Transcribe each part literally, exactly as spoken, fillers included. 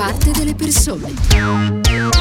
parte delle persone.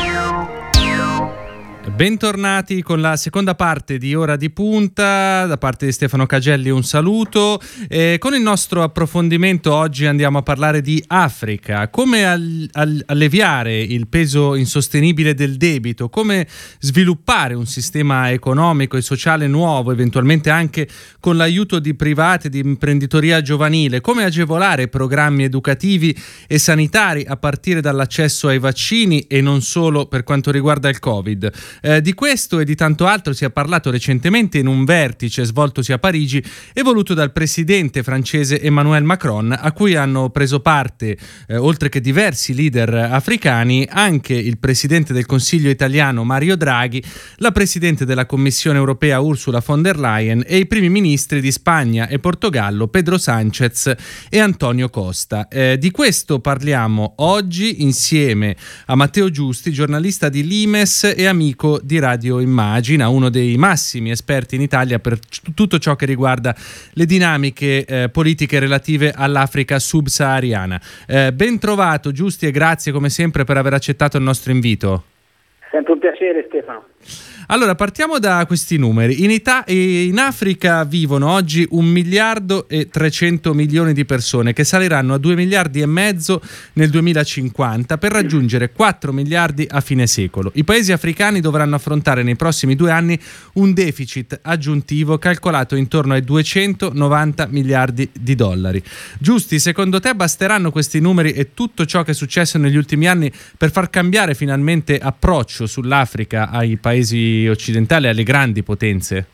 Bentornati con la seconda parte di Ora di Punta. Da parte di Stefano Cagelli un saluto. Eh, con il nostro approfondimento oggi andiamo a parlare di Africa, come al, al, alleviare il peso insostenibile del debito, come sviluppare un sistema economico e sociale nuovo, eventualmente anche con l'aiuto di privati, di imprenditoria giovanile, come agevolare programmi educativi e sanitari a partire dall'accesso ai vaccini e non solo per quanto riguarda il Covid. Eh, di questo e di tanto altro si è parlato recentemente in un vertice svoltosi a Parigi e voluto dal presidente francese Emmanuel Macron, a cui hanno preso parte, eh, oltre che diversi leader africani, anche il presidente del Consiglio italiano Mario Draghi, la presidente della Commissione europea Ursula von der Leyen e i primi ministri di Spagna e Portogallo Pedro Sánchez e Antonio Costa. Eh, di questo parliamo oggi insieme a Matteo Giusti, giornalista di Limes e amico di Radio Immagina, uno dei massimi esperti in Italia per c- tutto ciò che riguarda le dinamiche eh, politiche relative all'Africa subsahariana. Eh, ben trovato Giusti e grazie come sempre per aver accettato il nostro invito. Sempre un piacere, Stefano. Allora, partiamo da questi numeri. In, Ita- in Africa vivono oggi un miliardo e trecento milioni di persone, che saliranno a due miliardi e mezzo nel duemilacinquanta per raggiungere quattro miliardi a fine secolo. I paesi africani dovranno affrontare nei prossimi due anni un deficit aggiuntivo calcolato intorno ai duecentonovanta miliardi di dollari. Giusti, secondo te basteranno questi numeri e tutto ciò che è successo negli ultimi anni per far cambiare finalmente approccio sull'Africa ai paesi occidentali, alle grandi potenze?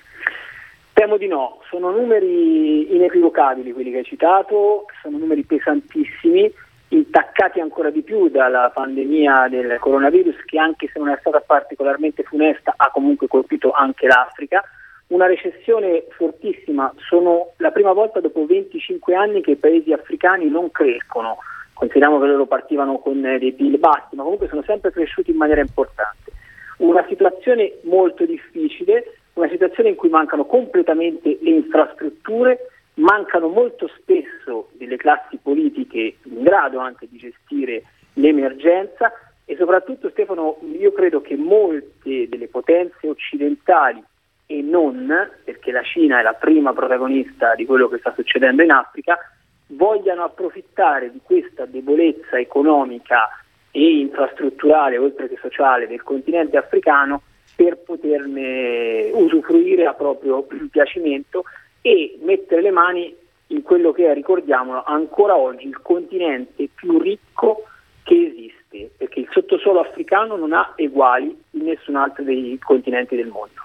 Temo di no, sono numeri inequivocabili quelli che hai citato, sono numeri pesantissimi, intaccati ancora di più dalla pandemia del coronavirus, che anche se non è stata particolarmente funesta ha comunque colpito anche l'Africa. Una recessione fortissima, sono la prima volta dopo venticinque anni che i paesi africani non crescono, consideriamo che loro partivano con dei P I L bassi, ma comunque sono sempre cresciuti in maniera importante. Una situazione molto difficile, una situazione in cui mancano completamente le infrastrutture, mancano molto spesso delle classi politiche in grado anche di gestire l'emergenza e soprattutto, Stefano, io credo che molte delle potenze occidentali e non, perché la Cina è la prima protagonista di quello che sta succedendo in Africa, vogliano approfittare di questa debolezza economica e infrastrutturale, oltre che sociale, del continente africano per poterne usufruire a proprio piacimento e mettere le mani in quello che è, ricordiamolo, ancora oggi il continente più ricco che esiste, perché il sottosuolo africano non ha eguali in nessun altro dei continenti del mondo.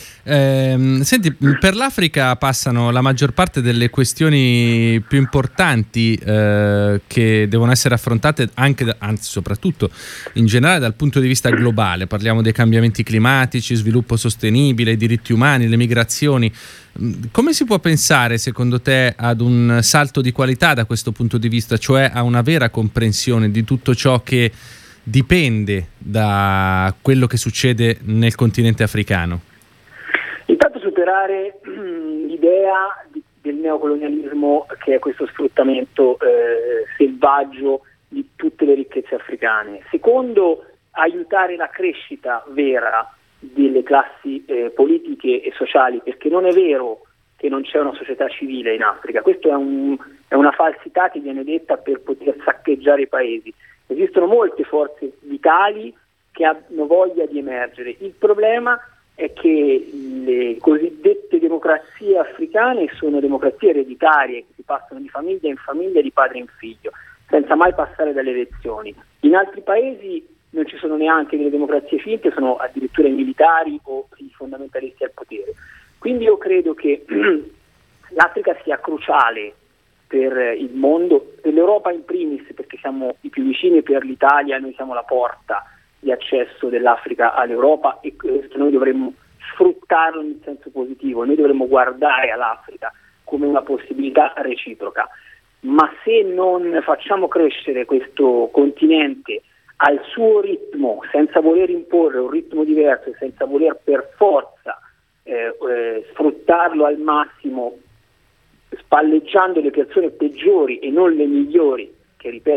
Eh, senti, per l'Africa passano la maggior parte delle questioni più importanti eh, che devono essere affrontate anche, da, anzi soprattutto in generale dal punto di vista globale. Parliamo dei cambiamenti climatici, sviluppo sostenibile, i diritti umani, le migrazioni. Come si può pensare, secondo te, ad un salto di qualità da questo punto di vista, cioè a una vera comprensione di tutto ciò che dipende da quello che succede nel continente africano? Intanto superare l'idea di, del neocolonialismo, che è questo sfruttamento eh, selvaggio di tutte le ricchezze africane. Secondo, aiutare la crescita vera delle classi eh, politiche e sociali, perché non è vero che non c'è una società civile in Africa. Questo è, un, è una falsità che viene detta per poter saccheggiare i paesi. Esistono molte forze vitali che hanno voglia di emergere. Il problema è che le cosiddette democrazie africane sono democrazie ereditarie che si passano di famiglia in famiglia, di padre in figlio, senza mai passare dalle elezioni. In altri paesi non ci sono neanche delle democrazie finte, sono addirittura i militari o i fondamentalisti al potere. Quindi io credo che l'Africa sia cruciale per il mondo, per l'Europa in primis, perché siamo i più vicini, per l'Italia noi siamo la porta di accesso dell'Africa all'Europa e noi dovremmo sfruttarlo in senso positivo, noi dovremmo guardare all'Africa come una possibilità reciproca, ma se non facciamo crescere questo continente al suo ritmo, senza voler imporre un ritmo diverso, senza voler per forza eh, eh, sfruttarlo al massimo, spalleggiando le persone peggiori e non le migliori, che ripeto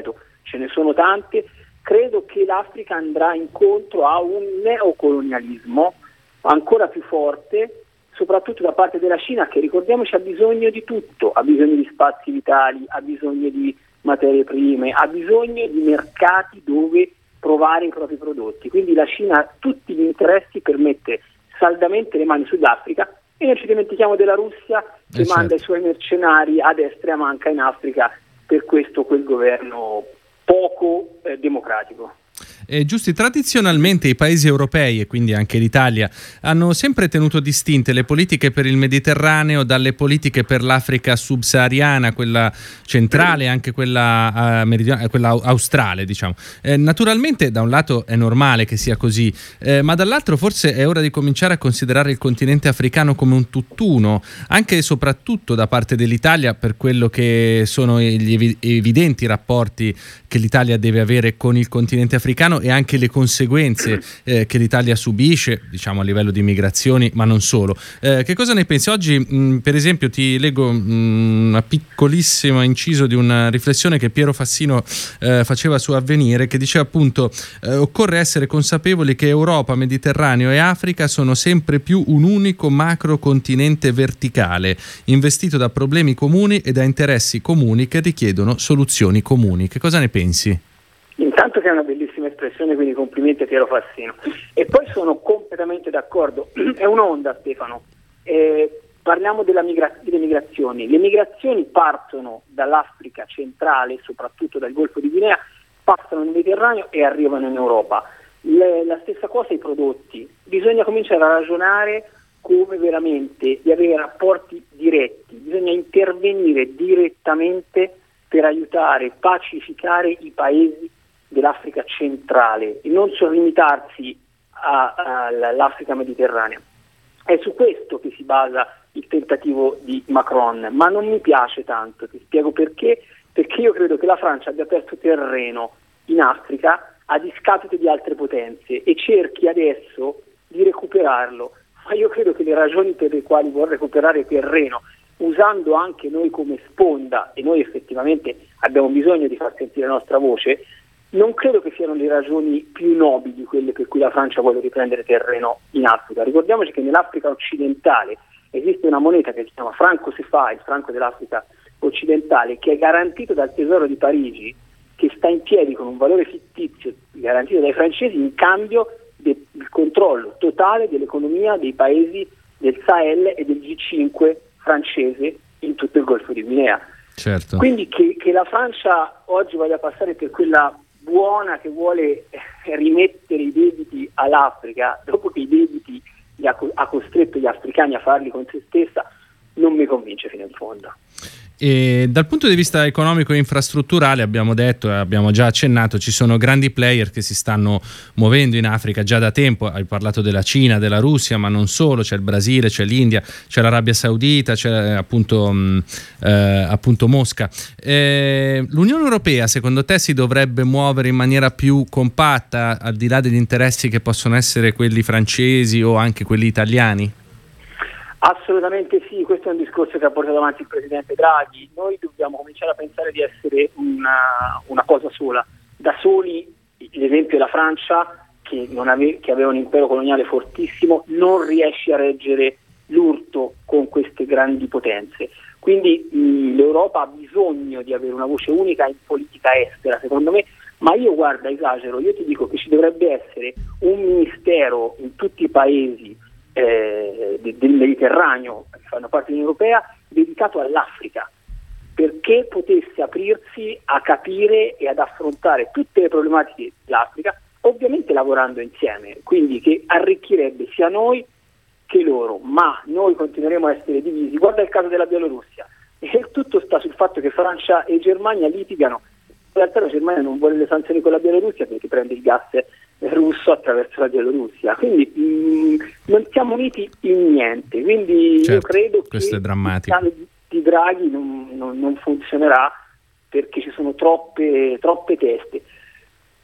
ce ne sono tante. Credo che l'Africa andrà incontro a un neocolonialismo ancora più forte, soprattutto da parte della Cina, che ricordiamoci ha bisogno di tutto, ha bisogno di spazi vitali, ha bisogno di materie prime, ha bisogno di mercati dove provare i propri prodotti. Quindi la Cina ha tutti gli interessi per mettere saldamente le mani sull'Africa, e non ci dimentichiamo della Russia che eh manda certo. i suoi mercenari a destra e a manca in Africa per questo quel governo poco eh, democratico. Eh, Giusti, tradizionalmente i paesi europei, e quindi anche l'Italia, hanno sempre tenuto distinte le politiche per il Mediterraneo dalle politiche per l'Africa subsahariana, quella centrale e anche quella, uh, meridionale, quella australe, diciamo. Eh, naturalmente da un lato è normale che sia così, eh, ma dall'altro forse è ora di cominciare a considerare il continente africano come un tutt'uno, anche e soprattutto da parte dell'Italia, per quello che sono gli evi- evidenti rapporti che l'Italia deve avere con il continente africano e anche le conseguenze eh, che l'Italia subisce, diciamo a livello di migrazioni, ma non solo. Eh, che cosa ne pensi? Oggi, mh, per esempio, ti leggo mh, una piccolissima inciso di una riflessione che Piero Fassino eh, faceva su Avvenire, che diceva appunto eh, occorre essere consapevoli che Europa, Mediterraneo e Africa sono sempre più un unico macro continente verticale, investito da problemi comuni e da interessi comuni che richiedono soluzioni comuni. Che cosa ne pensi? Intanto che è una bellissima espressione, quindi complimenti a Piero Fassino. E poi sono completamente d'accordo, è un'onda, Stefano. Eh, parliamo della migra- delle migrazioni. Le migrazioni partono dall'Africa centrale, soprattutto dal Golfo di Guinea, passano nel Mediterraneo e arrivano in Europa. Le, la stessa cosa i prodotti. Bisogna cominciare a ragionare come veramente di avere rapporti diretti, bisogna intervenire direttamente per aiutare, pacificare i paesi dell'Africa centrale e non solo limitarsi a, a, all'Africa mediterranea. È su questo che si basa il tentativo di Macron, ma non mi piace tanto, ti spiego perché, perché io credo che la Francia abbia perso terreno in Africa a discapito di altre potenze e cerchi adesso di recuperarlo, ma io credo che le ragioni per le quali vuole recuperare terreno, usando anche noi come sponda, e noi effettivamente abbiamo bisogno di far sentire la nostra voce, non credo che siano le ragioni più nobili quelle per cui la Francia vuole riprendere terreno in Africa. Ricordiamoci che nell'Africa occidentale esiste una moneta che si chiama franco C F A, il franco dell'Africa occidentale, che è garantito dal Tesoro di Parigi, che sta in piedi con un valore fittizio garantito dai francesi in cambio del controllo totale dell'economia dei paesi del Sahel e del G cinque francese in tutto il Golfo di Guinea. Certo. Quindi che, che la Francia oggi voglia passare per quella buona che vuole rimettere i debiti all'Africa, dopo che i debiti li ha, ha costretto gli africani a farli con se stessa, non mi convince fino in fondo. E dal punto di vista economico e infrastrutturale abbiamo detto e abbiamo già accennato, ci sono grandi player che si stanno muovendo in Africa già da tempo. Hai parlato della Cina, della Russia, ma non solo, c'è il Brasile, c'è l'India, c'è l'Arabia Saudita, c'è appunto, mh, eh, appunto Mosca. Eh, L'Unione Europea secondo te si dovrebbe muovere in maniera più compatta, al di là degli interessi che possono essere quelli francesi o anche quelli italiani? Assolutamente sì, questo è un discorso che ha portato avanti il Presidente Draghi. Noi dobbiamo cominciare a pensare di essere una, una cosa sola. Da soli, l'esempio è la Francia, che, non ave, che aveva un impero coloniale fortissimo, non riesce a reggere l'urto con queste grandi potenze. Quindi mh, l'Europa ha bisogno di avere una voce unica in politica estera, secondo me, ma io guarda, esagero, io ti dico che ci dovrebbe essere un ministero in tutti i paesi Eh, de, del Mediterraneo che fanno parte dell'Unione Europea dedicato all'Africa, perché potesse aprirsi a capire e ad affrontare tutte le problematiche dell'Africa, ovviamente lavorando insieme, quindi che arricchirebbe sia noi che loro, ma noi continueremo a essere divisi. Guarda il caso della Bielorussia, e tutto sta sul fatto che Francia e Germania litigano. In realtà la Germania non vuole le sanzioni con la Bielorussia perché prende il gas russo attraverso la Bielorussia, quindi mh, non siamo uniti in niente, quindi certo, io credo che questo è drammatico. il piano di, di Draghi non, non, non funzionerà perché ci sono troppe, troppe teste.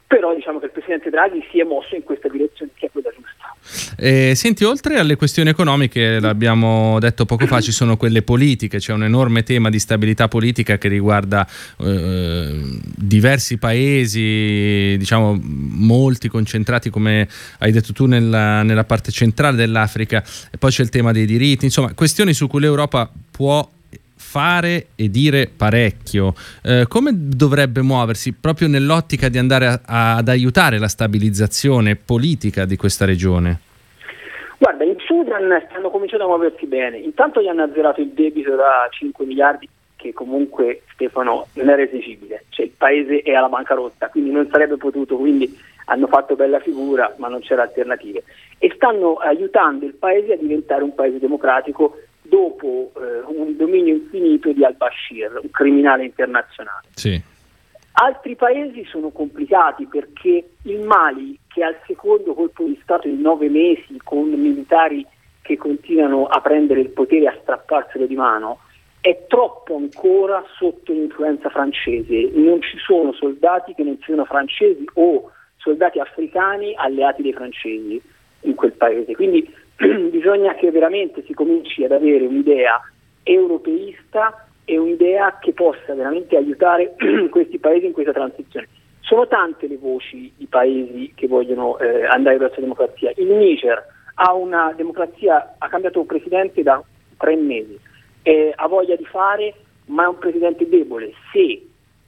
però diciamo che il Presidente Draghi si è mosso in questa direzione, che è quella giusta. Eh, senti, oltre alle questioni economiche, l'abbiamo detto poco fa, ci sono quelle politiche, c'è un enorme tema di stabilità politica che riguarda eh, diversi paesi, diciamo molti concentrati, come hai detto tu, nella, nella parte centrale dell'Africa, e poi c'è il tema dei diritti, insomma questioni su cui l'Europa può fare e dire parecchio. Eh, come dovrebbe muoversi proprio nell'ottica di andare a, a, ad aiutare la stabilizzazione politica di questa regione? Guarda, in Sudan stanno cominciando a muoversi bene. Intanto gli hanno azzerato il debito da cinque miliardi, che comunque, Stefano, non era esigibile, cioè il paese è alla bancarotta, quindi non sarebbe potuto, quindi hanno fatto bella figura, ma non c'era alternative, e stanno aiutando il paese a diventare un paese democratico dopo eh, un dominio infinito di al-Bashir, un criminale internazionale. Sì. Altri paesi sono complicati perché il Mali, che ha il secondo colpo di Stato in nove mesi, con militari che continuano a prendere il potere e a strapparselo di mano, è troppo ancora sotto l'influenza francese. Non ci sono soldati che non siano francesi o soldati africani alleati dei francesi in quel paese. Quindi bisogna che veramente si cominci ad avere un'idea europeista e un'idea che possa veramente aiutare questi paesi in questa transizione. Sono tante le voci di paesi che vogliono eh, andare verso la democrazia. Il Niger ha una democrazia, ha cambiato presidente da tre mesi, eh, ha voglia di fare, ma è un presidente debole. Se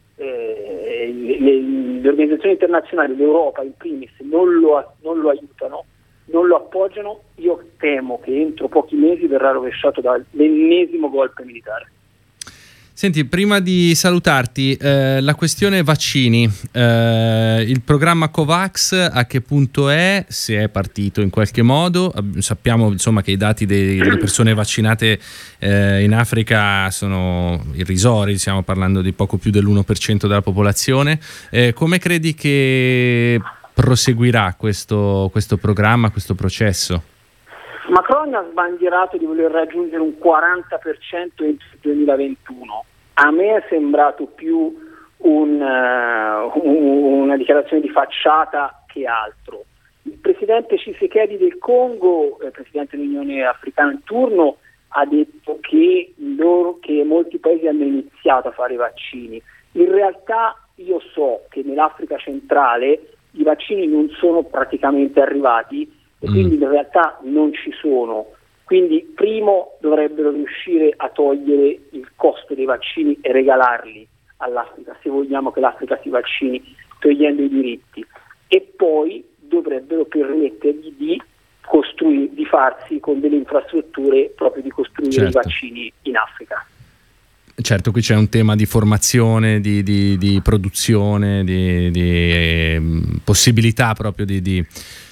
eh, le, le organizzazioni internazionali, l'Europa in primis, non lo, non lo aiutano, non lo appoggiano, io temo che entro pochi mesi verrà rovesciato dall'ennesimo golpe militare. Senti, prima di salutarti, eh, la questione vaccini, eh, il programma Covax a che punto è, se è partito in qualche modo? Sappiamo insomma che i dati dei, delle persone vaccinate eh, in Africa sono irrisori, stiamo parlando di poco più dell'uno per cento della popolazione. Eh, come credi che proseguirà questo, questo programma, questo processo? Macron ha sbandierato di voler raggiungere un quaranta per cento entro il duemilaventuno. A me è sembrato più un, uh, una dichiarazione di facciata che altro. Il presidente Tshisekedi del Congo, il presidente dell'Unione Africana in turno, ha detto che, loro, che molti paesi hanno iniziato a fare i vaccini. In realtà io so che nell'Africa centrale i vaccini non sono praticamente arrivati e quindi in realtà non ci sono. Quindi primo dovrebbero riuscire a togliere il costo dei vaccini e regalarli all'Africa, se vogliamo che l'Africa si vaccini togliendo i diritti, e poi dovrebbero permettergli di costruire, di farsi con delle infrastrutture proprio di costruire certo. i vaccini in Africa. Certo, qui c'è un tema di formazione, di, di, di produzione, di, di eh, possibilità proprio di, di,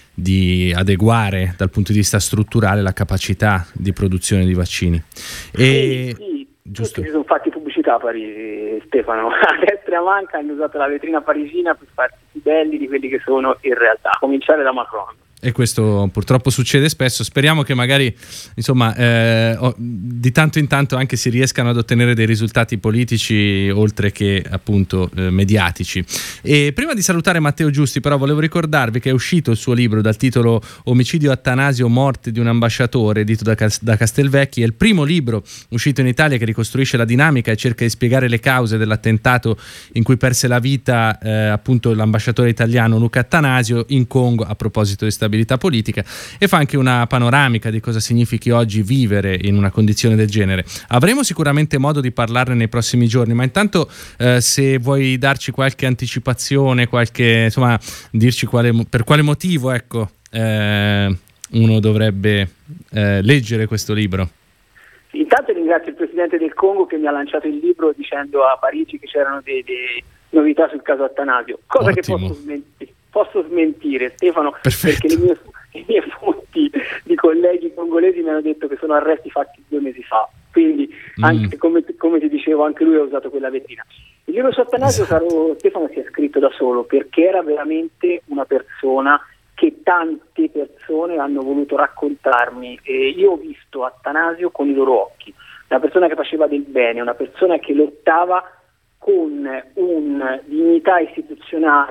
di adeguare dal punto di vista strutturale la capacità di produzione di vaccini. E, sì, sì. Giusto. Si sono fatti pubblicità a Parigi, Stefano, a destra e a manca hanno usato la vetrina parigina per farsi più belli di quelli che sono in realtà, a cominciare da Macron. E questo purtroppo succede spesso. Speriamo che magari insomma eh, di tanto in tanto anche si riescano ad ottenere dei risultati politici oltre che appunto eh, mediatici. E prima di salutare Matteo Giusti, però, volevo ricordarvi che è uscito il suo libro dal titolo Omicidio Attanasio, morte di un ambasciatore, edito da, da Castelvecchi. È il primo libro uscito in Italia che ricostruisce la dinamica e cerca di spiegare le cause dell'attentato in cui perse la vita eh, appunto l'ambasciatore italiano Luca Attanasio in Congo, a proposito di stabilità politica, e fa anche una panoramica di cosa significhi oggi vivere in una condizione del genere. Avremo sicuramente modo di parlarne nei prossimi giorni, ma intanto eh, se vuoi darci qualche anticipazione, qualche insomma dirci quale, per quale motivo ecco eh, uno dovrebbe eh, leggere questo libro. Intanto ringrazio il presidente del Congo che mi ha lanciato il libro dicendo a Parigi che c'erano delle novità sul caso Attanasio, cosa Ottimo. che posso smentire. Posso smentire, Stefano, Perfetto. perché le mie, le mie fonti di colleghi congolesi mi hanno detto che sono arresti fatti due mesi fa, quindi anche, mm. come, come ti dicevo, anche lui ha usato quella vetrina. Il libro su Attanasio, esatto. Stefano, si è scritto da solo perché era veramente una persona che tante persone hanno voluto raccontarmi, e io ho visto Attanasio con i loro occhi, una persona che faceva del bene, una persona che lottava con una dignità istituzionale,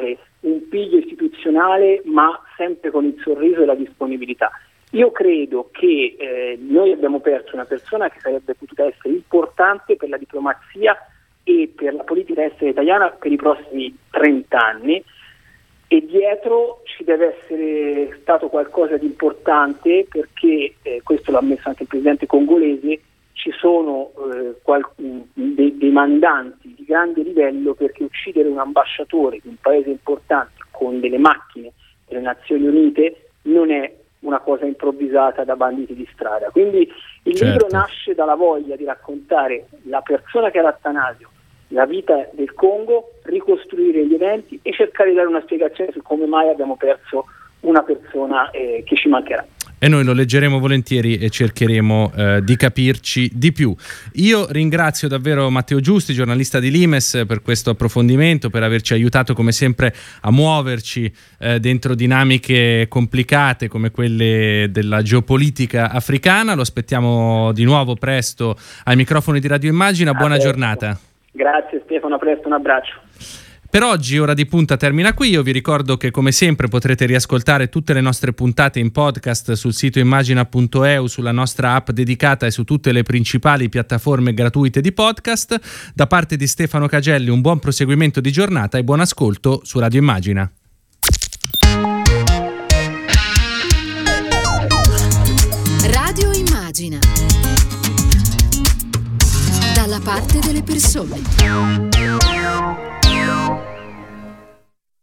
un piglio istituzionale, ma sempre con il sorriso e la disponibilità. Io credo che eh, noi abbiamo perso una persona che sarebbe potuta essere importante per la diplomazia e per la politica estera italiana per i prossimi trent'anni, e dietro ci deve essere stato qualcosa di importante, perché eh, questo l'ha ammesso anche il presidente congolese, ci sono eh, qual- dei, dei mandanti di grande livello, perché uccidere un ambasciatore di un paese importante con delle macchine delle Nazioni Unite non è una cosa improvvisata da banditi di strada. Quindi il certo. libro nasce dalla voglia di raccontare la persona che era Attanasio, la vita del Congo, ricostruire gli eventi e cercare di dare una spiegazione su come mai abbiamo perso una persona eh, che ci mancherà. E noi lo leggeremo volentieri e cercheremo eh, di capirci di più. Io ringrazio davvero Matteo Giusti, giornalista di Limes, per questo approfondimento, per averci aiutato come sempre a muoverci eh, dentro dinamiche complicate come quelle della geopolitica africana. Lo aspettiamo di nuovo presto ai microfoni di Radio Immagina. Buona A presto. Giornata. Grazie Stefano, a presto, un abbraccio. Per oggi Ora di Punta termina qui. Io vi ricordo che come sempre potrete riascoltare tutte le nostre puntate in podcast sul sito immagina punto e u, sulla nostra app dedicata e su tutte le principali piattaforme gratuite di podcast. Da parte di Stefano Cagelli un buon proseguimento di giornata e buon ascolto su Radio Immagina. Radio Immagina. Dalla parte delle persone.